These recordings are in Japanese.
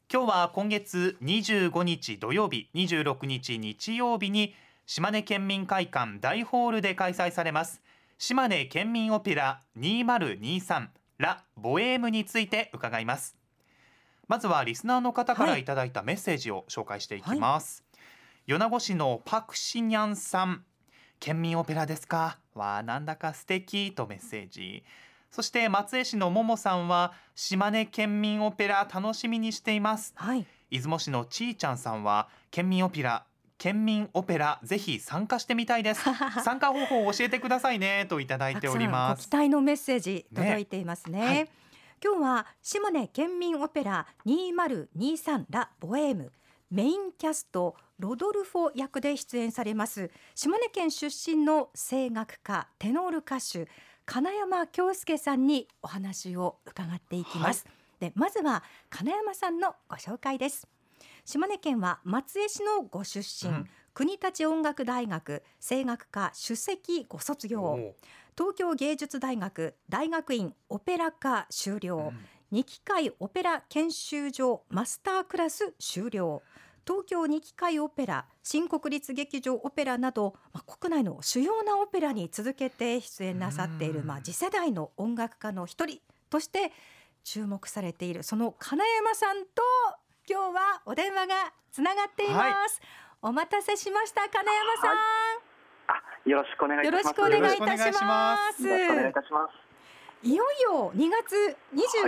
今日は今月25日土曜日、26日日曜日に島根県民会館大ホールで開催されます島根県民オペラ2023ラ・ボエームについて伺います。まずはリスナーの方からいただいたメッセージを紹介していきます。米子市のパクシニャンさん、県民オペラですか、わあなんだか素敵とメッセージ。そして松江市のももさんは島根県民オペラ楽しみにしています。出雲市のちーちゃんさんは県民オペラぜひ参加してみたいです参加方法を教えてくださいねといただいております。 ご期待のメッセージ届いていますね。今日は島根県民オペラ2023ラ・ボエームメインキャストロドルフォ役で出演されます島根県出身の声楽家テノール歌手金山京介さんにお話を伺っていきます。でまずは金山さんのご紹介です。島根県は松江市のご出身、国立音楽大学声楽科首席ご卒業、東京芸術大学大学院オペラ科修了、二期会オペラ研修所マスタークラス修了、東京二期会オペラ新国立劇場オペラなど、国内の主要なオペラに続けて出演なさっている、次世代の音楽家の一人として注目されているその金山さんと今日はお電話がつながっています、お待たせしました金山さん、 よろしくお願いいたします。 よろしくお願いいたします。 よろしくお願いいたします。 いよいよ2月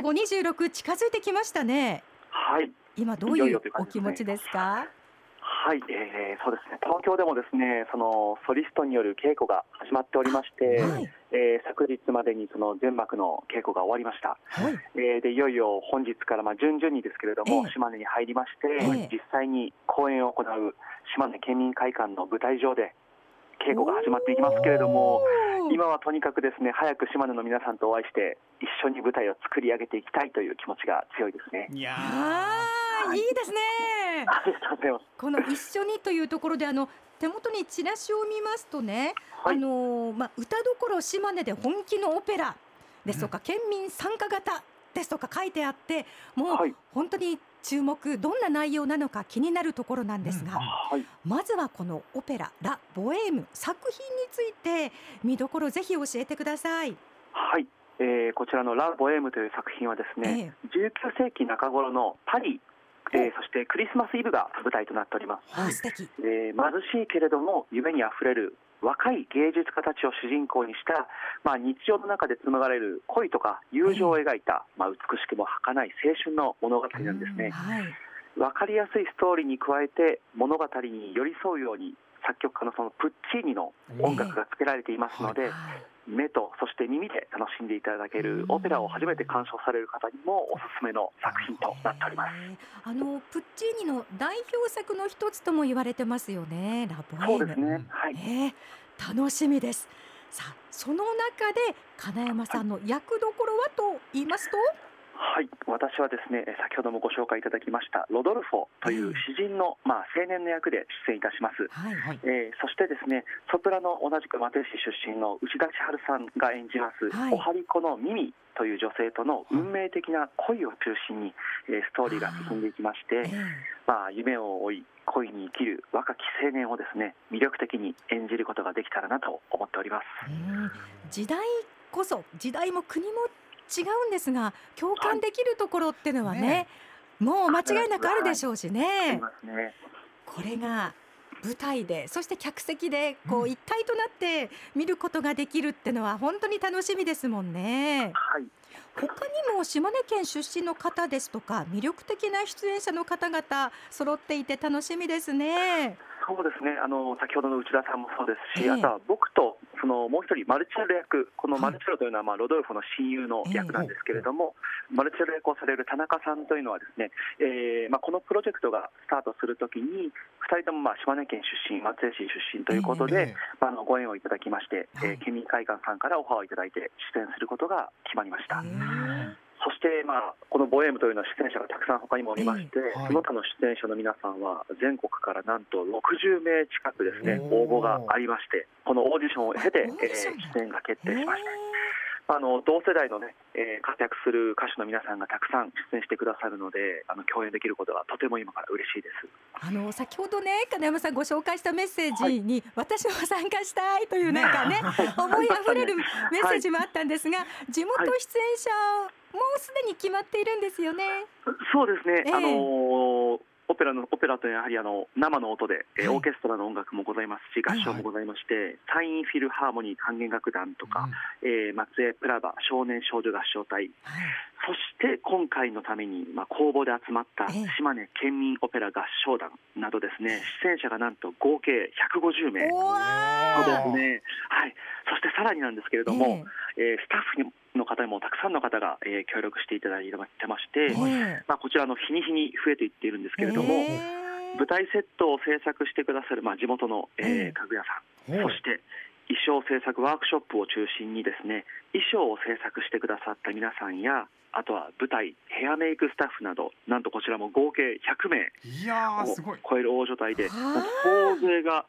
25、26近づいてきましたね。今どういうお気持ちですか？ そうですね、東京でもですねそのソリストによる稽古が始まっておりまして、昨日までにその全幕の稽古が終わりました、でいよいよ本日から順々にですけれども、島根に入りまして、実際に公演を行う島根県民会館の舞台上で稽古が始まっていきますけれども、今はとにかくですね早く島根の皆さんとお会いして一緒に舞台を作り上げていきたいという気持ちが強いですね。 いいですね。 ありがとうございます。 この一緒にというところで手元にチラシを見ますとね、歌どころ島根で本気のオペラですとか、県民参加型ですとか書いてあって、もう本当に注目、どんな内容なのか気になるところなんですが、まずはこのオペララ・ボエーム作品について見どころぜひ教えてください。 こちらのラ・ボエームという作品はですね、19世紀中頃のパリ、そしてクリスマスイブが舞台となっております。 素敵。 貧しいけれども夢にあふれる若い芸術家たちを主人公にした、日常の中で紡がれる恋とか友情を描いた、美しくも儚い青春の物語なんですね。分かりやすいストーリーに加えて物語に寄り添うように作曲家のそのプッチーニの音楽がつけられていますので、目とそして耳で楽しんでいただけるオペラを初めて鑑賞される方にもおすすめの作品となっております。 プッチーニの代表作の一つとも言われてますよね、ラ・ボエーム。 そうですね、 楽しみです。さあその中で金山さんの役どころはと言いますと、 私はですね先ほどもご紹介いただきましたロドルフォという詩人の、青年の役で出演いたします。そしてですねソプラノ同じく松江市出身の内田千春さんが演じます、おはりこのミミという女性との運命的な恋を中心に、ストーリーが進んでいきまして、夢を追い恋に生きる若き青年をですね魅力的に演じることができたらなと思っております。 時代も国も違うんですが共感できるところっていうのはね、もう間違いなくあるでしょうしね。これが舞台でそして客席で一体となって見ることができるってのは本当に楽しみですもんね。他にも島根県出身の方ですとか魅力的な出演者の方々揃っていて楽しみですね。 そうですね、先ほどの内田さんもそうですし、あとは僕とそのもう一人マルチェロ役、このマルチェロというのはロドルフォの親友の役なんですけれども、マルチェロ役をされる田中さんというのはですね、このプロジェクトがスタートするときに2人とも島根県出身、松江市出身ということで、ご縁をいただきまして、県民会館さんからオファーをいただいて出演することが決まりました。そして、このボエームというのは出演者がたくさん他にもおりまして、その他の出演者の皆さんは全国からなんと60名近くですね応募がありまして、このオーディションを経て、出演が決定しまして、 同世代のね、活躍する歌手の皆さんがたくさん出演してくださるので、共演できることがとても今から嬉しいです。 先ほどね、金山さんご紹介したメッセージに、私も参加したいというなんかね、思いあふれるメッセージもあったんですが、地元出演者もうすでに決まっているんですよね。 そうですね、オペラというのはやはり生の音で、オーケストラの音楽もございますし、合唱もございまして、サインフィルハーモニー管弦楽団とか、松江プラバ少年少女合唱隊、そして今回のために、公募で集まった島根県民オペラ合唱団などですね、出演者がなんと合計150名。そうですね、はい、そしてさらになんですけれども、スタッフの方にもたくさんの方が、協力していただいてまして、こちらの日に日に増えていっているんですけれども、舞台セットを制作してくださる、地元の、家具屋さん、そして衣装制作ワークショップを中心にですね、衣装を制作してくださった皆さんや、あとは舞台ヘアメイクスタッフなど、なんとこちらも合計100名を超える大所帯で、総勢が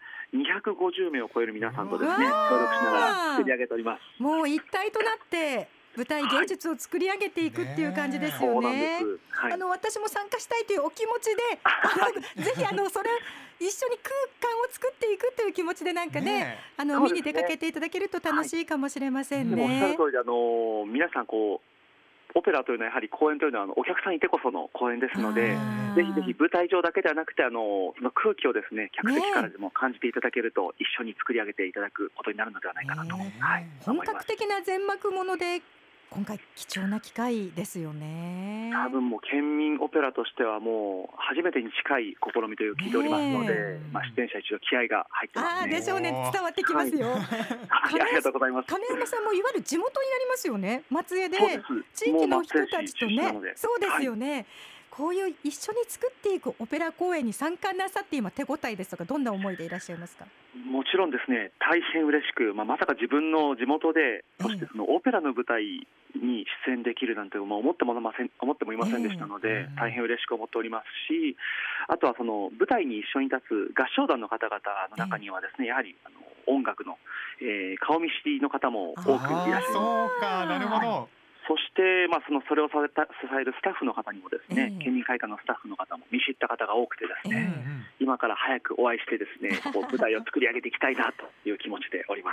250名を超える皆さんとですね、協力しながら作り上げております。もう一体となって舞台芸術を作り上げていくっていう感じですよね。私も参加したいというお気持ちで、ぜひそれ一緒に空間を作っていくという気持ちでなんかね、見に出かけていただけると楽しいかもしれませんね。 おっしゃる通りで、皆さんオペラというのはやはり公演というのはお客さんいてこその公演ですので、ぜひぜひ舞台上だけではなくてその空気をですね、客席からでも感じていただけると、一緒に作り上げていただくことになるのではないかなと、 本格的な全幕もので今回貴重な機会ですよね。 多分もう県民オペラとしてはもう初めてに近い試みという聞いておりますので、出演者一度気合が入ってますね。 でしょうね、伝わってきますよ。 ありがとうございます。 金山さんもいわゆる地元になりますよね。松江で地域の人たちとね、そうですよね。こういう一緒に作っていくオペラ公演に参加なさって今手応えですとか、どんな思いでいらっしゃいますか？ もちろんですね、大変嬉しく、まさか自分の地元で、そしてそのオペラの舞台に出演できるなんて思ってもいませんでしたので、大変嬉しく思っておりますし、あとはその舞台に一緒に立つ合唱団の方々の中にはですね、やはり音楽の、顔見知りの方も多くいらっしゃいます。 そうか、なるほど。 そして、それを支えるスタッフの方にもですね、県民会館のスタッフの方も見知った方が多くてですね、今から早くお会いしてですね、舞台を作り上げていきたいなという気持ちでおります。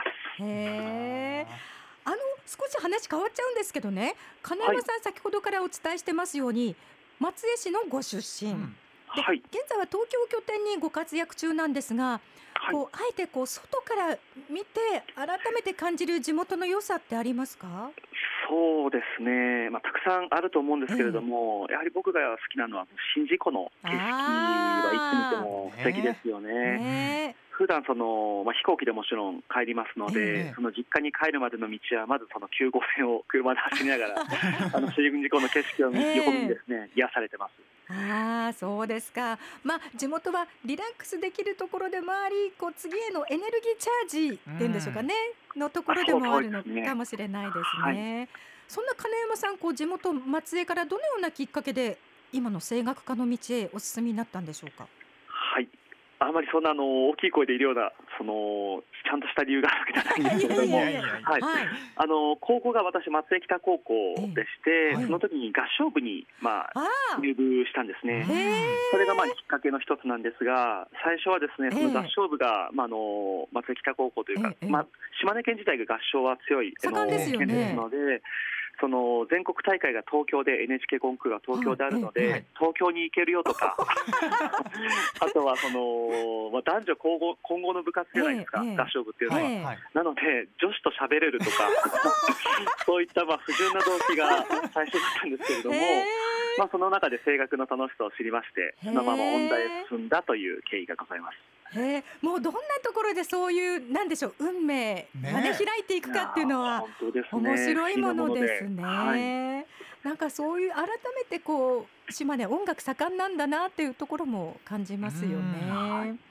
少し話変わっちゃうんですけどね、金山さん、先ほどからお伝えしてますように松江市のご出身、で現在は東京を拠点にご活躍中なんですが、あえて外から見て改めて感じる地元の良さってありますか？ そうですね、たくさんあると思うんですけれども、やはり僕が好きなのは宍道湖の景色はいつ見ても素敵ですよね。普段飛行機でもちろん帰りますので、その実家に帰るまでの道はまずその9号線を車で走りながら宍道湖の景色を横目にですね、癒されてます。 そうですか。地元はリラックスできるところでもあり、次へのエネルギーチャージっていうんでしょうかね、のところでもあるのかもしれないですね。そんな金山さん、地元松江からどのようなきっかけで今の声楽家の道へお進みになったんでしょうか？ あまりそんな大きい声でいるようなちゃんとした理由があるわけじゃないんですけれども、高校が私松江北高校でして、その時に合唱部に入部したんですね。それがきっかけの一つなんですが、最初はですね、その合唱部が松江北高校というか、島根県自体が合唱は強い県ですので、その全国大会が東京で NHK コンクールが東京であるので、東京に行けるよとかあとは男女混合の部活じゃないですか、合唱部っていうのは。なので女子と喋れるとかそういった不純な動機が最初だったんですけれども、その中で声楽の楽しさを知りまして、そのまま音大へ進んだという経緯がございます。 もうどんなところでそういうなんでしょう、運命が開いていくかっていうのは面白いものですね。なんかそういう改めて島根音楽盛んなんだなっていうところも感じますよね。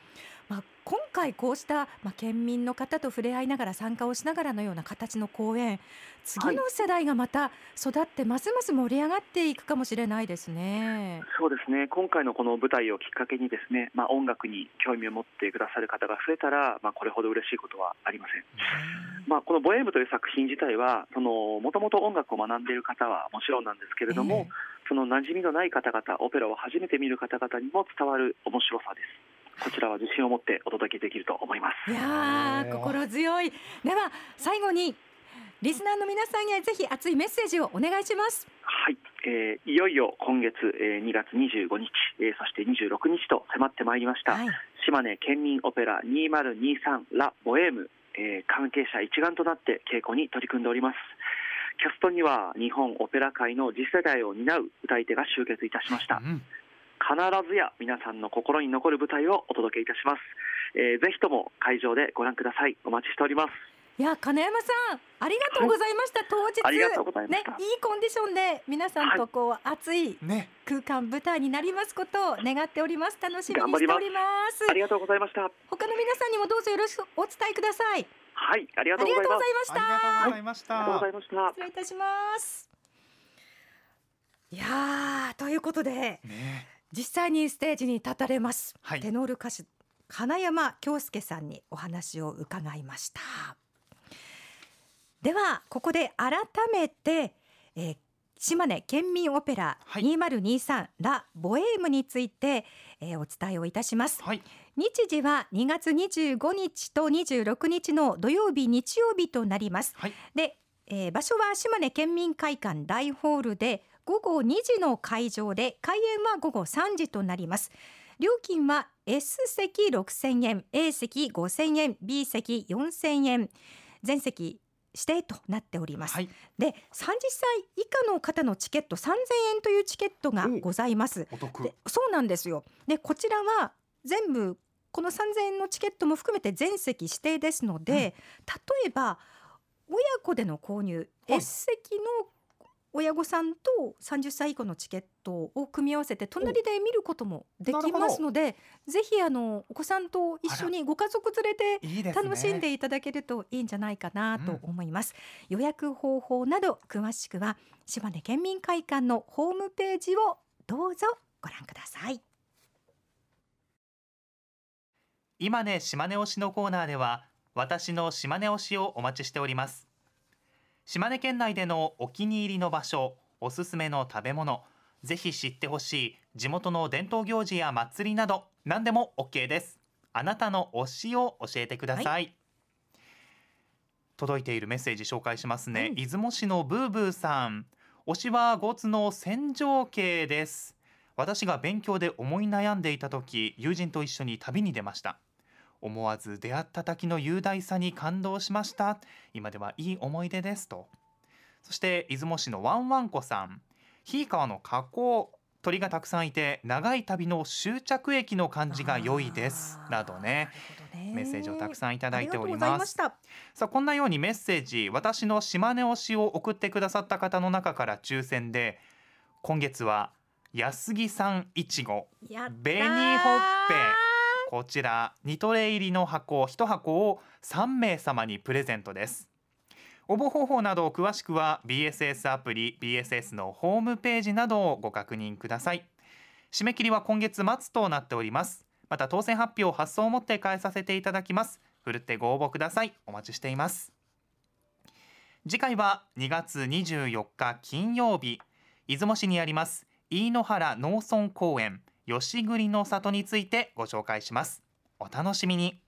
今回こうした、県民の方と触れ合いながら参加をしながらのような形の講演、次の世代がまた育ってますます盛り上がっていくかもしれないですね。 そうですね、今回のこの舞台をきっかけにですね、音楽に興味を持ってくださる方が増えたら、これほど嬉しいことはありません。このボエームという作品自体はもともと音楽を学んでいる方はもちろんなんですけれども、その馴染みのない方々、オペラを初めて見る方々にも伝わる面白さです。こちらは自信を持ってお届けできると思います。 いや心強い。では最後にリスナーの皆さんへぜひ熱いメッセージをお願いします。 はい、いよいよ今月、2月25日、そして26日と迫ってまいりました、島根県民オペラ2023ラ・ボエーム、関係者一丸となって稽古に取り組んでおります。キャストには日本オペラ界の次世代を担う歌い手が集結いたしました。必ずや皆さんの心に残る舞台をお届けいたします。ぜひとも会場でご覧ください。お待ちしております。 いや金山さんありがとうございました。当日ありがとうございました。 いいコンディションで皆さんと熱い空間、舞台になりますことを願っております。楽しみにしております。 ありがとうございました。 他の皆さんにもどうぞよろしくお伝えください。 はい、ありがとうございました。 ありがとうございました。 失礼いたします。いやということで、実際にステージに立たれます、テノール歌手金山恭介さんにお話を伺いました。ではここで改めて、島根県民オペラ2023ラ・ボエームについて、お伝えをいたします。日時は2月25日と26日の土曜日日曜日となります。で、場所は島根県民会館大ホールで午後2時の会場で、開演は午後3時となります。料金は S 席6000円、A 席5000円、B 席4000円、全席指定となっております。で、30歳以下の方のチケット3000円というチケットがございます。で、そうなんですよ。で、こちらは全部この3000円のチケットも含めて全席指定ですので、例えば親子での購入、S 席の親御さんと30歳以下のチケットを組み合わせて隣で見ることもできますので、ぜひお子さんと一緒にご家族連れで楽しんでいただけるといいんじゃないかなと思います。予約方法など詳しくは島根県民会館のホームページをどうぞご覧ください。 今ね島根推しのコーナーでは、私の島根推しをお待ちしております。島根県内でのお気に入りの場所、おすすめの食べ物、ぜひ知ってほしい地元の伝統行事や祭りなど何でも OK です。あなたの推しを教えてください。届いているメッセージ紹介しますね。出雲市のブーブーさん、推しはゴツの千条渓です。私が勉強で思い悩んでいた時、友人と一緒に旅に出ました。思わず出会った滝の雄大さに感動しました。今ではいい思い出ですと。そして出雲市のワンワンコさん、ひいかわの河口、鳥がたくさんいて長い旅の終着駅の感じが良いですなどね、メッセージをたくさんいただいております。さあ、こんなようにメッセージ、私の島根推しを送ってくださった方の中から抽選で、今月は安木さんいちご、紅ほっぺ、こちら2トレ入りの箱1箱を3名様にプレゼントです。応募方法など詳しくは BSS アプリ BSS のホームページなどをご確認ください。締め切りは今月末となっております。また当選発表発送をもって返させていただきます。ふるってご応募ください。お待ちしています。次回は2月24日金曜日、出雲市にあります飯野原農村公園吉栗の里についてご紹介します。お楽しみに。